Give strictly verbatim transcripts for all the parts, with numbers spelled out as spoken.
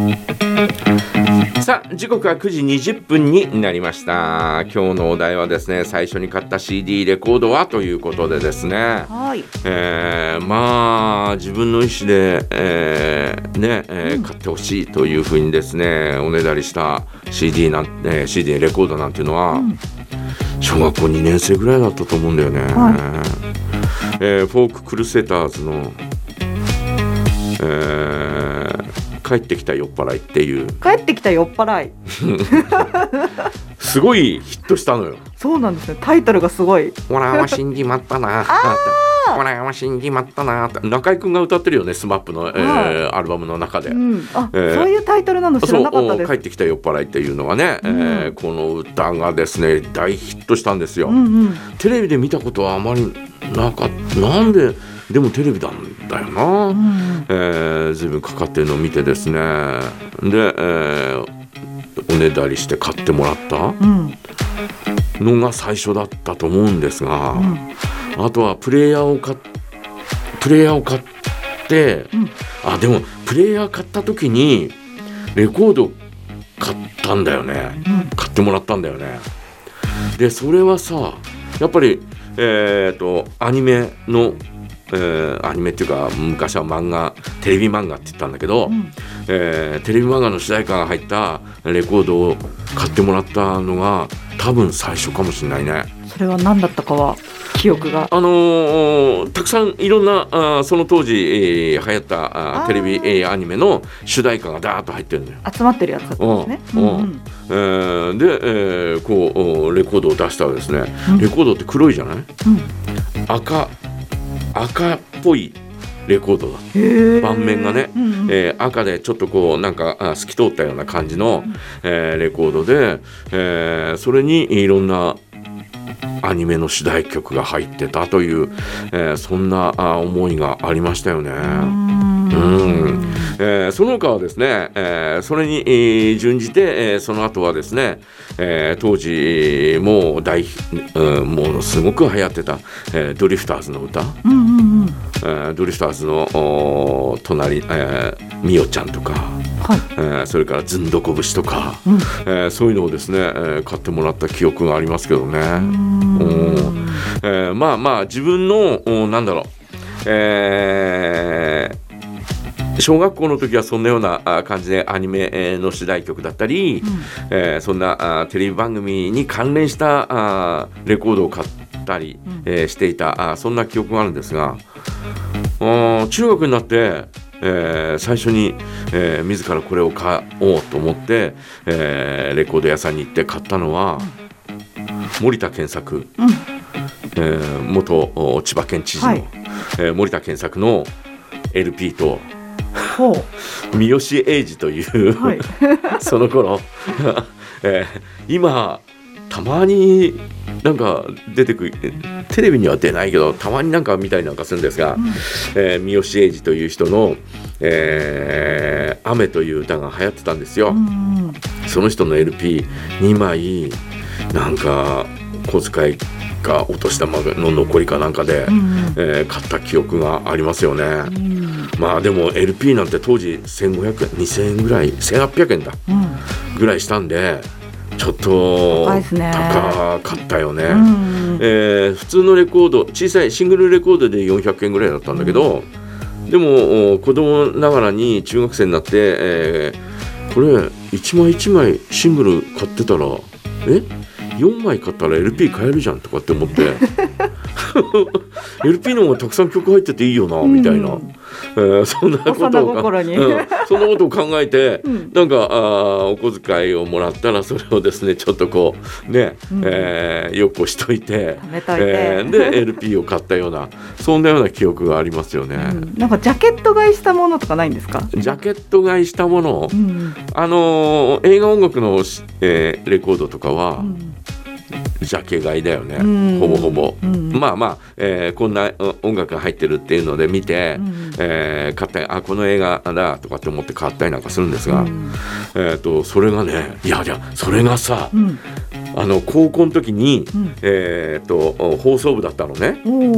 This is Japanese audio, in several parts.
さあ時刻はくじにじゅっぷんになりました。今日のお題はですね、最初に買った シーディー レコードはということでですね、 はい、 えー、まあ自分の意思で、えーねえーうん、買ってほしいというふうにですねおねだりした シーディー なん、えー、シーディー レコードなんていうのは、うん、小学校にねん生ぐらいだったと思うんだよね、はい、えー、フォーククルセターズの、えー帰ってきた酔っ払いっていう帰ってきた酔っ払いすごいヒットしたのよ。 そうなんですね。タイトルがすごい。 ほらは死んじまったなほらは死んじまったなって中居くんが歌ってるよね、スマップの、えー、アルバムの中で、うん、 あ、えー、そういうタイトルなの知らなかったです。 帰ってきた酔っ払いっていうのはね、うん、えー、この歌がですね大ヒットしたんですよ、うんうん、テレビで見たことはあまりなかった。なんででもテレビなんだよな、うん、えー、随分かかってるのを見てですね、で、えー、おねだりして買ってもらったのが最初だったと思うんですが、うん、あとはプレイヤーを買っプレイヤーを買って、うん、あでもプレイヤー買った時にレコード買ったんだよね、うん、買ってもらったんだよね。でそれはさやっぱり、えーと、アニメのえー、アニメっていうか昔は漫画テレビ漫画って言ったんだけど、うん、えー、テレビ漫画の主題歌が入ったレコードを買ってもらったのが多分最初かもしれないね。 それは何だったかは記憶があのー、たくさんいろんなあその当時、えー、流行ったあテレビ、えー、アニメの主題歌がダーッと入ってるんだよ。 集まってるやつだったんですね、うんうんうん、 えー、で、えー、こうレコードを出したらですね、うん、レコードって黒いじゃない、うん、赤赤っぽいレコードだ。盤面がね、うんうん、えー、赤でちょっとこうなんか透き通ったような感じの、うん、えー、レコードで、えー、それにいろんなアニメの主題曲が入ってたという、えー、そんな思いがありましたよね。うん、えー、その他はですね、えー、それに、えー、準じて、えー、その後はですね、えー、当時もう大、うん、もうすごく流行ってた、えー、ドリフターズの歌、うんうんうん、えー、ドリフターズの隣、えー、ミオちゃんとか、はい、えー、それからずんどこ節とか、うん、えー、そういうのをですね、えー、買ってもらった記憶がありますけどね。うん、えー、まあまあ自分のなんだろう、えー小学校の時はそんなような感じでアニメの主題曲だったり、うん、えー、そんなテレビ番組に関連したレコードを買ったり、うん、えー、していたそんな記憶があるんですが、中学になって、えー、最初に、えー、自らこれを買おうと思って、えー、レコード屋さんに行って買ったのは、うん、森田健作、うん、えー、元千葉県知事の、はい、えー、森田健作の エルピー と三好英二という、はい、その頃、えー、今たまになんか出てくるテレビには出ないけどたまになんか見たりなんかするんですが、うん、えー、三好英二という人の、えー、雨という歌が流行ってたんですよ、うん、その人の エルピーに 枚なんか小遣いか落としたまの残りかなんかで、うん、えー、買った記憶がありますよね、うん、まあでも エルピー なんて当時せんごひゃくえんにせんえんぐらいせんはっぴゃくえんだ、うん、ぐらいしたんでちょっと高かったよね、うん、えー、普通のレコード小さいシングルレコードでよんひゃくえんぐらいだったんだけど、うん、でも子供ながらに中学生になって、えー、これいちまいいちまいシングル買ってたらえよんまい買ったら エルピー 買えるじゃんとかって思ってエルピー の方がたくさん曲入ってていいよなみたいな、うん、えー、そんなことを、うん、そんなことを考えて、うん、なんかあお小遣いをもらったらそれをですねちょっとこうね、うん、えー、よくしといて、 貯めといて、 えー、で エルピー を買ったようなそんなような記憶がありますよね、うん、 なんかジャケット買いしたものとかないんですか？ ジャケット買いしたもの、うん、あのー、映画音楽の、えー、レコードとかは、うん、ジャケ買いだよね、うん、ほぼほぼ、うん、まあまあ、えー、こんな音楽が入ってるっていうので見て、うん、えー、買ったりあこの映画だとかって思って買ったりなんかするんですが、うん、えー、とそれがねいやいやそれがさ、うん、あの高校の時に、うん、えー、と放送部だったのね。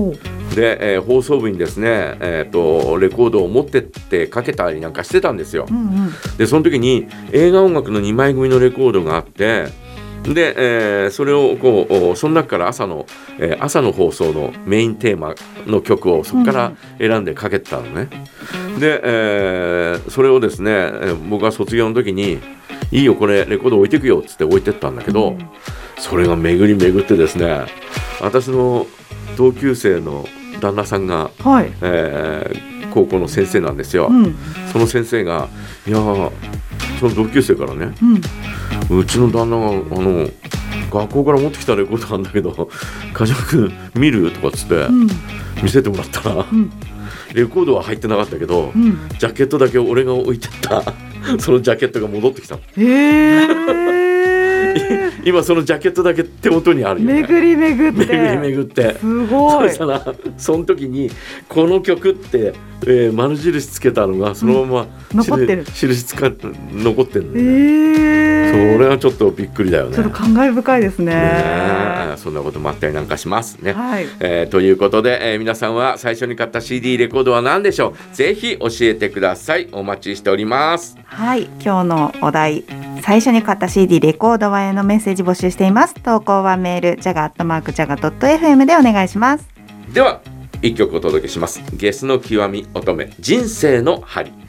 で、えー、放送部にですね、えー、とレコードを持ってってかけたりなんかしてたんですよ、 うんうん、 でその時に映画音楽のにまい組のレコードがあって、で、えー、それをこうその中から朝の、えー、朝の放送のメインテーマの曲をそこから選んでかけてたのね、うん、で、えー、それをですね僕が卒業の時にいいよこれレコード置いてくよっつって置いてったんだけど、うん、それが巡り巡ってですね私の同級生の旦那さんが、はい、えー、高校の先生なんですよ、うん、その先生がいやその同級生からね、うん、うちの旦那があの学校から持ってきたレコードなんだけど梶原君見るとかっつって、うん、見せてもらったら、うん、レコードは入ってなかったけど、うん、ジャケットだけ俺が置いてったそのジャケットが戻ってきたの。へー今そのジャケットだけ手元にあるよね。 巡り巡って巡り巡ってすごい。 そしたらその時にこの曲って、えー、丸印つけたのがそのまま、 うん、残ってる印つか残ってるんだよね、 えー、 それはちょっとびっくりだよね。 ちょっと感慨深いですね。 ねそんなこともあったりなんかしますね、 はい、 えー、ということで、えー、皆さんは最初に買った シーディー レコードは何でしょう。ぜひ教えてください。お待ちしております。 はい、今日のお題最初に買った シーディー レコードはへのメッセージ募集しています。投稿はメール ジャガ アットマーク ジャガ ドット エフエム でお願いします。 では一曲お届けします。ゲスの極み乙女人生の針。